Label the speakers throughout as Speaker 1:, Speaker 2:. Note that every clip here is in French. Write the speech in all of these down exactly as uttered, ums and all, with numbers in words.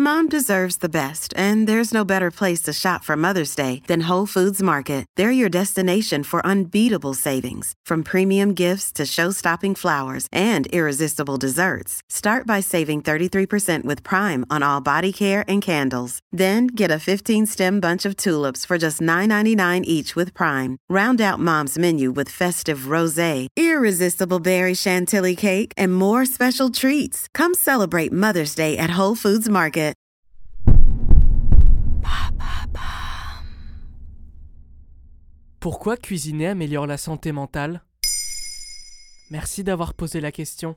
Speaker 1: Mom deserves the best, and there's no better place to shop for Mother's Day than Whole Foods Market. They're your destination for unbeatable savings, from premium gifts to show-stopping flowers and irresistible desserts. Start by saving thirty-three percent with Prime on all body care and candles. Then get a fifteen-stem bunch of tulips for just nine ninety-nine each with Prime. Round out Mom's menu with festive rosé, irresistible berry chantilly cake, and more special treats. Come celebrate Mother's Day at Whole Foods Market.
Speaker 2: Pourquoi cuisiner améliore la santé mentale ? Merci d'avoir posé la question.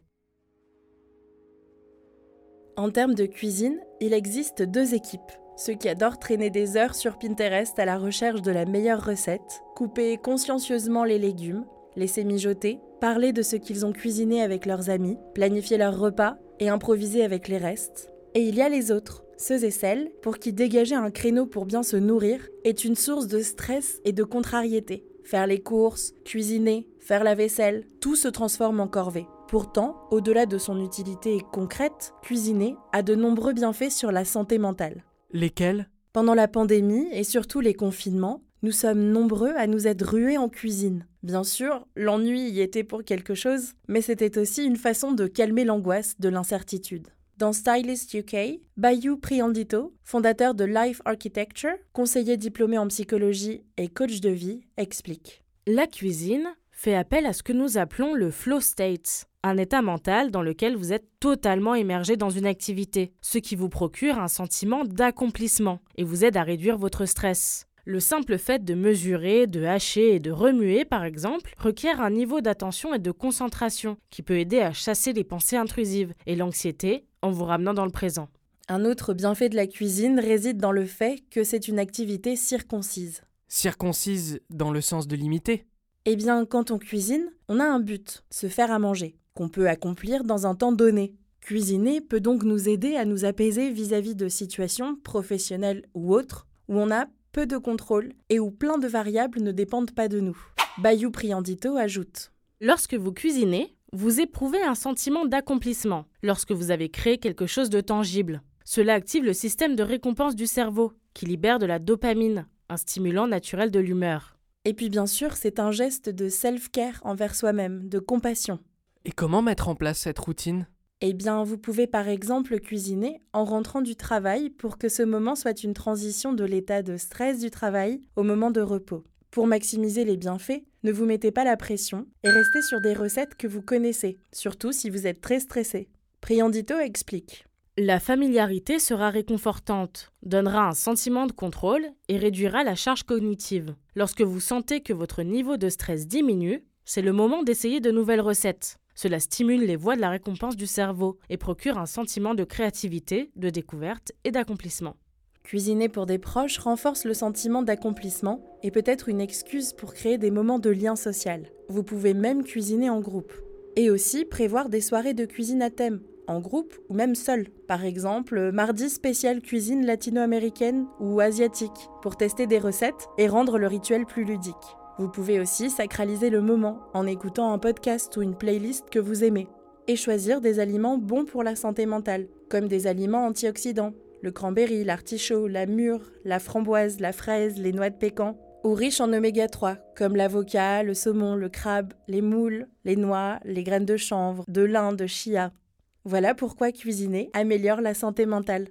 Speaker 3: En termes de cuisine, il existe deux équipes. Ceux qui adorent traîner des heures sur Pinterest à la recherche de la meilleure recette, couper consciencieusement les légumes, laisser mijoter, parler de ce qu'ils ont cuisiné avec leurs amis, planifier leurs repas et improviser avec les restes. Et il y a les autres, ceux et celles pour qui dégager un créneau pour bien se nourrir est une source de stress et de contrariété. Faire les courses, cuisiner, faire la vaisselle, tout se transforme en corvée. Pourtant, au-delà de son utilité concrète, cuisiner a de nombreux bienfaits sur la santé mentale.
Speaker 2: Lesquels ?
Speaker 3: Pendant la pandémie et surtout les confinements, nous sommes nombreux à nous être rués en cuisine. Bien sûr, l'ennui y était pour quelque chose, mais c'était aussi une façon de calmer l'angoisse de l'incertitude. Dans Stylist U K, Bayou Priandito, fondateur de Life Architecture, conseiller diplômé en psychologie et coach de vie, explique.
Speaker 4: La cuisine fait appel à ce que nous appelons le flow state, un état mental dans lequel vous êtes totalement immergé dans une activité, ce qui vous procure un sentiment d'accomplissement et vous aide à réduire votre stress. Le simple fait de mesurer, de hacher et de remuer, par exemple, requiert un niveau d'attention et de concentration qui peut aider à chasser les pensées intrusives et l'anxiété en vous ramenant dans le présent.
Speaker 3: Un autre bienfait de la cuisine réside dans le fait que c'est une activité circoncise.
Speaker 2: Circoncise dans le sens de limiter ?
Speaker 3: Eh bien, quand on cuisine, on a un but, se faire à manger, qu'on peut accomplir dans un temps donné. Cuisiner peut donc nous aider à nous apaiser vis-à-vis de situations professionnelles ou autres où on a peu de contrôle et où plein de variables ne dépendent pas de nous. Bayou Priandito ajoute.
Speaker 4: Lorsque vous cuisinez, vous éprouvez un sentiment d'accomplissement lorsque vous avez créé quelque chose de tangible. Cela active le système de récompense du cerveau qui libère de la dopamine, un stimulant naturel de l'humeur.
Speaker 3: Et puis bien sûr, c'est un geste de self-care envers soi-même, de compassion.
Speaker 2: Et comment mettre en place cette routine ?
Speaker 3: Eh bien, vous pouvez par exemple cuisiner en rentrant du travail pour que ce moment soit une transition de l'état de stress du travail au moment de repos. Pour maximiser les bienfaits, ne vous mettez pas la pression et restez sur des recettes que vous connaissez, surtout si vous êtes très stressé. Priandito explique.
Speaker 4: La familiarité sera réconfortante, donnera un sentiment de contrôle et réduira la charge cognitive. Lorsque vous sentez que votre niveau de stress diminue, c'est le moment d'essayer de nouvelles recettes. Cela stimule les voies de la récompense du cerveau et procure un sentiment de créativité, de découverte et d'accomplissement.
Speaker 3: Cuisiner pour des proches renforce le sentiment d'accomplissement et peut être une excuse pour créer des moments de lien social. Vous pouvez même cuisiner en groupe. Et aussi prévoir des soirées de cuisine à thème, en groupe ou même seul. Par exemple, mardi spécial cuisine latino-américaine ou asiatique, pour tester des recettes et rendre le rituel plus ludique. Vous pouvez aussi sacraliser le moment en écoutant un podcast ou une playlist que vous aimez. Et choisir des aliments bons pour la santé mentale, comme des aliments antioxydants, le cranberry, l'artichaut, la mûre, la framboise, la fraise, les noix de pécan, ou riches en oméga trois, comme l'avocat, le saumon, le crabe, les moules, les noix, les graines de chanvre, de lin, de chia. Voilà pourquoi cuisiner améliore la santé mentale.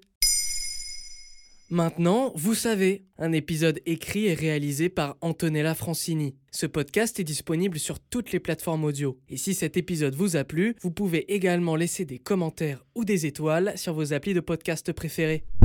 Speaker 2: Maintenant, vous savez, un épisode écrit et réalisé par Antonella Francini. Ce podcast est disponible sur toutes les plateformes audio. Et si cet épisode vous a plu, vous pouvez également laisser des commentaires ou des étoiles sur vos applis de podcast préférés.